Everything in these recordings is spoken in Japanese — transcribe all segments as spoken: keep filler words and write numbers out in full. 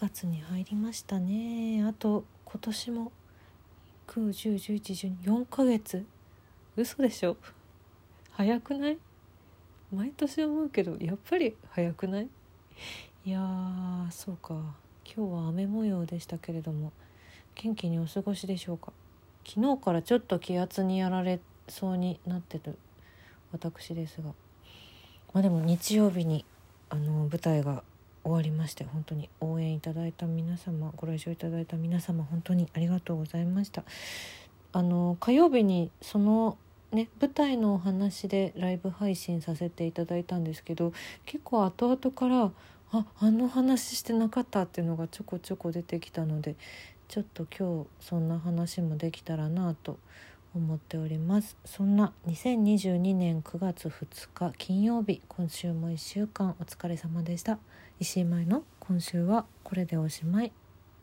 がつに入りましたね。あと今年もきゅう、じゅう、じゅういち、じゅうに、よんかげつ。嘘でしょ。早くない？毎年思うけどやっぱり早くない？いやーそうか。今日は雨模様でしたけれども元気にお過ごしでしょうか。昨日からちょっと気圧にやられそうになってる私ですが、まあでも日曜日にあの舞台が終わりまして、本当に応援いただいた皆様、ご来場いただいた皆様、本当にありがとうございました。あの火曜日にそのね舞台のお話でライブ配信させていただいたんですけど、結構後々からああの話してなかったっていうのがちょこちょこ出てきたので、ちょっと今日そんな話もできたらなと思っております。そんなにせんにじゅうにねんくがつふつか金曜日、今週もいっしゅうかんお疲れ様でした。石井舞の今週はこれでおしまい。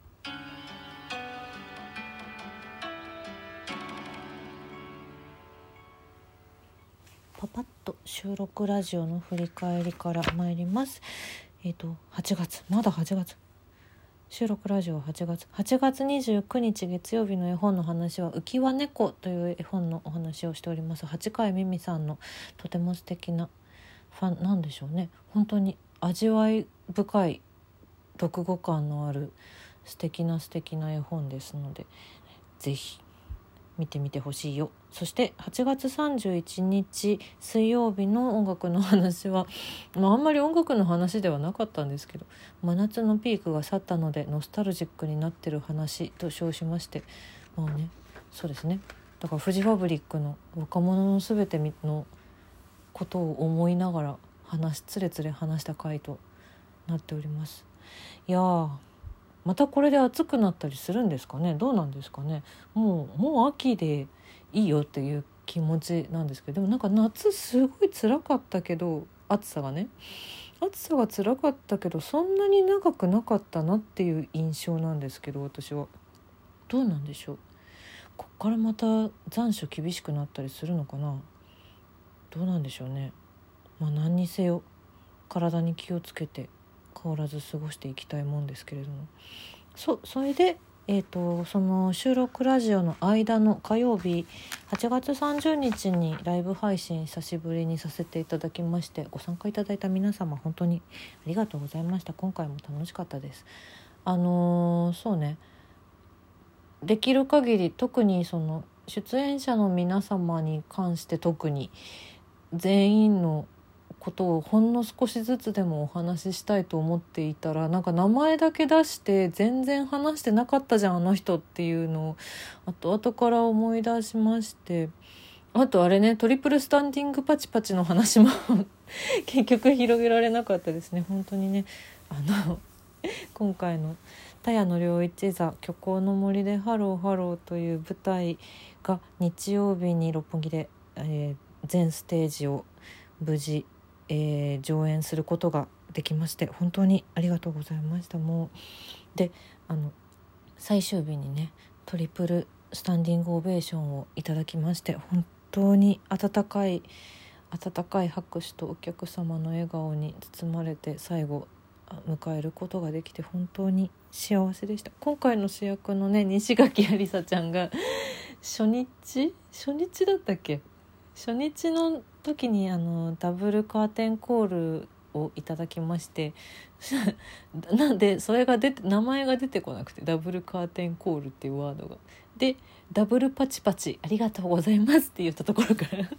パパッと収録ラジオの振り返りから参ります。えっとはちがつ、まだはちがつ、収録ラジオははちがつはちがつにじゅうくにち月曜日の絵本の話は浮き輪猫という絵本のお話をしております。八海ミミさんのとても素敵なファンなんでしょうね。本当に味わい深い読後感のある素敵な素敵な絵本ですので、ぜひ見てみてほしいよ。そしてはちがつさんじゅういちにち水曜日の音楽の話は、まあ、あんまり音楽の話ではなかったんですけど、真夏のピークが去ったのでノスタルジックになってる話と称しまして、まあね、そうですね、だからフジファブリックの若者のすべてのことを思いながら話つれつれ話した回となっております。いやーまたこれで暑くなったりするんですかね。どうなんですかね。もうもう秋でいいよっていう気持ちなんですけど、でもなんか夏すごい辛かったけど、暑さがね暑さが辛かったけどそんなに長くなかったなっていう印象なんですけど、私はどうなんでしょう。こっからまた残暑厳しくなったりするのかな。どうなんでしょうね。まあ何にせよ体に気をつけて変わらず過ごしていきたいもんですけれども、 そ, それで、えーと、その収録ラジオの間の火曜日はちがつさんじゅうにちにライブ配信久しぶりにさせていただきまして、ご参加いただいた皆様本当にありがとうございました。今回も楽しかったです。あのー、そうね、できる限り特にその出演者の皆様に関して特に全員のことをほんの少しずつでもお話ししたいと思っていたら、なんか名前だけ出して全然話してなかったじゃんあの人っていうのを後々から思い出しまして、あとあれね、トリプルスタンディングパチパチの話も結局広げられなかったですね。本当にね、あの今回の田谷の良一座虚構の森でハローハローという舞台が日曜日に六本木で、えー、全ステージを無事えー、上演することができまして本当にありがとうございました。もうであの最終日にねトリプルスタンディングオベーションをいただきまして、本当に温かい温かい拍手とお客様の笑顔に包まれて最後迎えることができて本当に幸せでした。今回の主役のね西垣ありさちゃんが初日初日だったっけ初日の時にあのダブルカーテンコールをいただきましてなんでそれが出て名前が出てこなくて、ダブルカーテンコールっていうワードがでダブルパチパチありがとうございますって言ったところから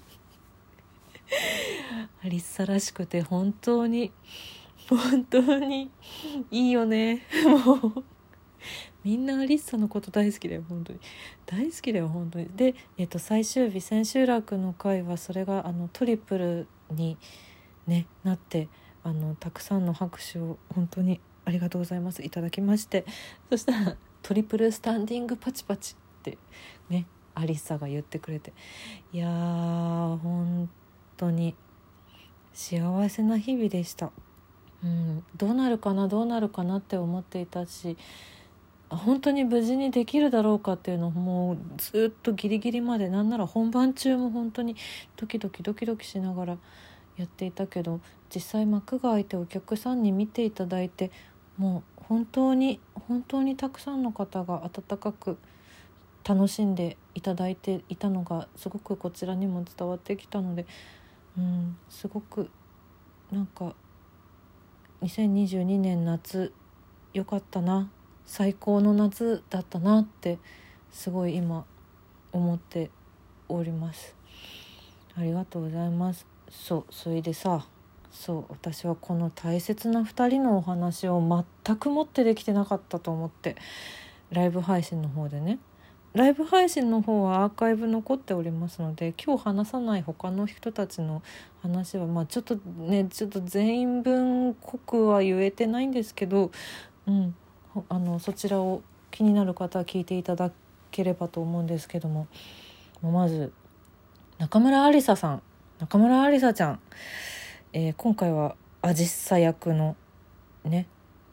アリッサらしくて本当に本当にいいよね。もうみんなアリッサのこと大好きだよ、本当に大好きだよ本当に。で、えっと、最終日千秋楽の回はそれがあのトリプルに、ね、なってあのたくさんの拍手を本当にありがとうございますいただきまして、そしたらトリプルスタンディングパチパチってねアリッサが言ってくれて、いやー本当に幸せな日々でした。うん、どうなるかなどうなるかなって思っていたし、本当に無事にできるだろうかっていうのをもうずっとギリギリまで、なんなら本番中も本当にドキドキドキドキしながらやっていたけど、実際幕が開いてお客さんに見ていただいて、もう本当に本当にたくさんの方が温かく楽しんでいただいていたのがすごくこちらにも伝わってきたので、うん、すごくなんかにせんにじゅうにねん夏よかったな、最高の夏だったなってすごい今思っております。ありがとうございます。そうそれでさ、そう私はこの大切なふたりのお話を全くもってできてなかったと思って、ライブ配信の方でね、ライブ配信の方はアーカイブ残っておりますので、今日話さない他の人たちの話はまあちょっとねちょっと全員分濃くは言えてないんですけど、うん、あのそちらを気になる方は聞いていただければと思うんですけども、まず中村ありささん中村ありさちゃん、えー、今回はあじっさ役のね、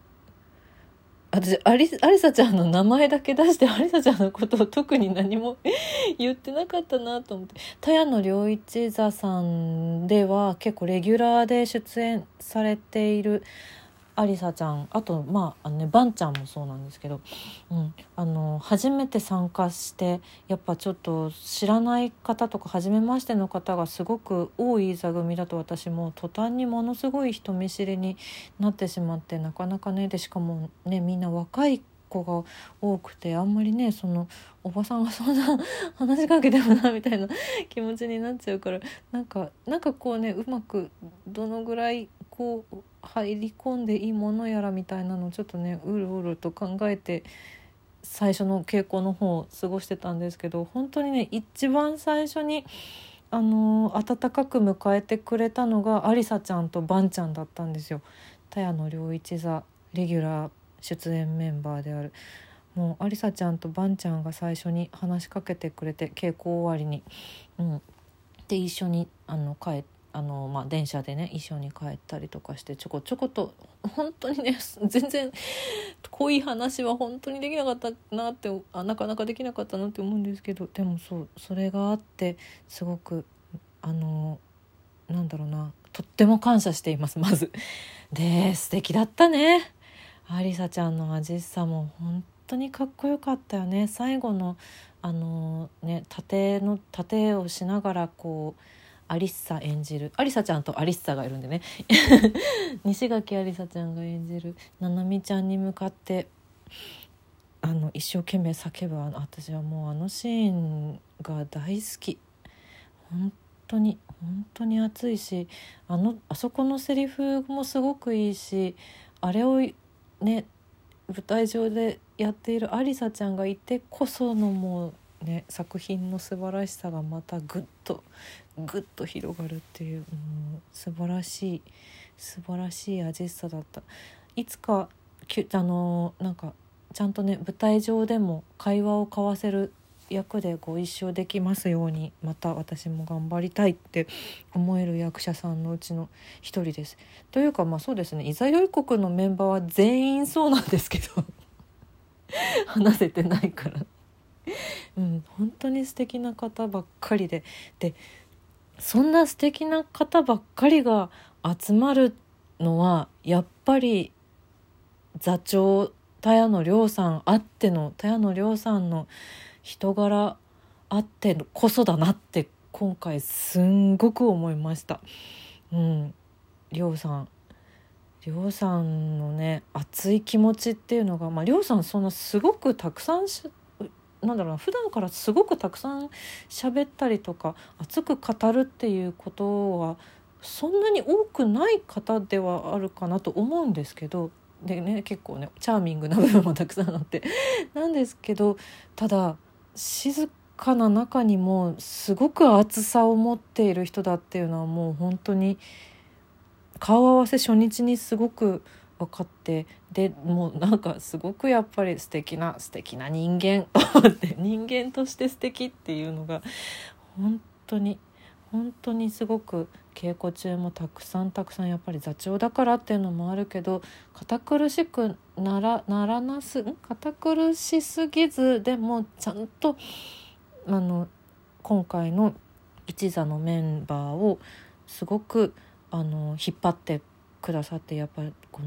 私アリ、アリサちゃんの名前だけ出してアリサちゃんのことを特に何も言ってなかったなと思って、田谷野良一座さんでは結構レギュラーで出演されているアリサちゃん、あとまああのねバンちゃんもそうなんですけど、うん、あの初めて参加してやっぱちょっと知らない方とか初めましての方がすごく多い座組だと、私も途端にものすごい人見知りになってしまって、なかなかね、でしかもねみんな若い子が多くて、あんまりねそのおばさんがそんな話しかけてもなみたいな気持ちになっちゃうから、なんかなんかこうね、うまくどのぐらいこう入り込んでいいものやらみたいなのをちょっとねうるうると考えて最初の稽古の方を過ごしてたんですけど、本当にね一番最初にあのー、温かく迎えてくれたのがアリサちゃんとバンちゃんだったんですよ。田谷野良一座レギュラー出演メンバーであるもうアリサちゃんとバンちゃんが最初に話しかけてくれて、稽古終わりに、うん、で一緒にあの帰あの、まあ、電車でね一緒に帰ったりとかして、ちょこちょこと本当にね全然濃い話は本当にできなかったなってあなかなかできなかったなって思うんですけど、でもそうそれがあってすごくあのなんだろうな、とっても感謝しています。まずで素敵だったね、アリサちゃんのアジッサも本当にかっこよかったよね。最後のあのね盾の盾をしながらこうアリッサ演じるアリサちゃんとアリッサがいるんでね西垣アリサちゃんが演じるななみちゃんに向かってあの一生懸命叫ぶ、あの私はもうあのシーンが大好き。本当に本当に熱いし、あのあそこのセリフもすごくいいし、あれをね舞台上でやっているアリサちゃんがいてこそのもうね作品の素晴らしさがまたぐっとぐっと広がるっていう、もう素晴らしい素晴らしいアジッサだった。いつかきあのなんかちゃんとね舞台上でも会話を交わせる役でご一緒できますように、また私も頑張りたいって思える役者さんのうちの一人です。というかまあそうですね、いざよい国のメンバーは全員そうなんですけど話せてないからうん、本当に素敵な方ばっかりで、でそんな素敵な方ばっかりが集まるのはやっぱり座長田谷野亮さんあっての田谷野亮さんの人柄あってこそだなって今回すんごく思いました。うん、亮さん亮さんのね熱い気持ちっていうのが、まあ亮さんそんなすごくたくさんしなんだろうな普段からすごくたくさん喋ったりとか熱く語るっていうことはそんなに多くない方ではあるかなと思うんですけど、でね結構ねチャーミングな部分もたくさんあってなんですけど、ただ静かな中にもすごく熱さを持っている人だっていうのはもう本当に顔合わせ初日にすごく分かって、でもうなんかすごくやっぱり素敵な素敵な人間って人間として素敵っていうのが本当に本当にすごく稽古中もたくさんたくさんやっぱり座長だからっていうのもあるけど堅苦しくならならなす堅苦しすぎず、でもちゃんとあの今回の一座のメンバーをすごくあの引っ張ってくださって、やっぱりこの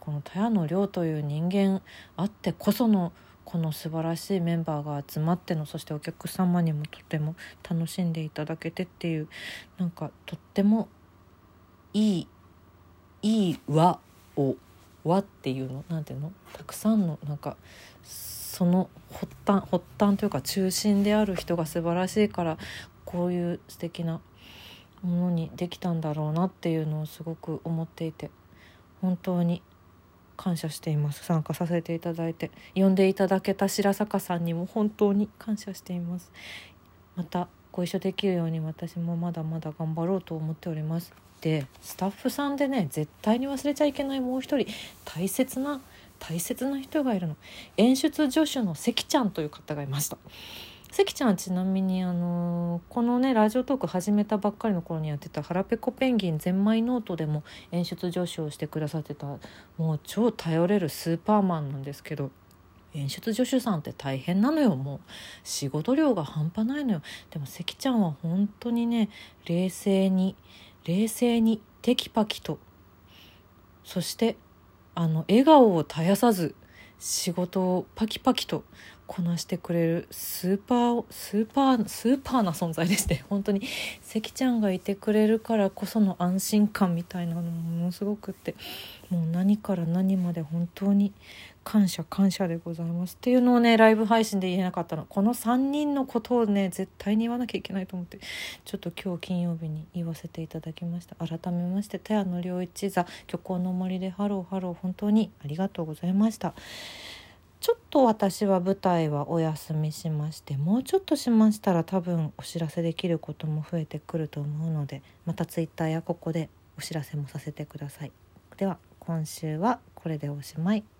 この田谷亮という人間あってこそのこの素晴らしいメンバーが集まっての、そしてお客様にもとても楽しんでいただけてっていう、なんかとってもいいいい輪を輪っていうのなんていうの、たくさんのなんかその発端発端というか中心である人が素晴らしいからこういう素敵なものにできたんだろうなっていうのをすごく思っていて、本当に感謝しています。参加させていただいて呼んでいただけた白坂さんにも本当に感謝しています。またご一緒できるように私もまだまだ頑張ろうと思っております。でスタッフさんでね、絶対に忘れちゃいけないもう一人大切な大切な人がいるの。演出助手の関ちゃんという方がいました。関ちゃんはちなみにあのー、このねラジオトーク始めたばっかりの頃にやってた腹ペコペンギンゼンマイノートでも演出助手をしてくださってた、もう超頼れるスーパーマンなんですけど、演出助手さんって大変なのよ。もう仕事量が半端ないのよ。でも関ちゃんは本当にね、冷静に冷静にテキパキと、そしてあの笑顔を絶やさず仕事をパキパキとこなしてくれるスーパースーパースーパーな存在でして、本当に関ちゃんがいてくれるからこその安心感みたいなのもものすごくって、もう何から何まで本当に感謝感謝でございますっていうのをね、ライブ配信で言えなかったの。このさんにんのことをね絶対に言わなきゃいけないと思って、ちょっと今日金曜日に言わせていただきました。改めまして田谷良一座虚構の森でハローハロー、本当にありがとうございました。ちょっと私は舞台はお休みしまして、もうちょっとしましたら多分お知らせできることも増えてくると思うので、またツイッターやここでお知らせもさせてください。では今週はこれでおしまい。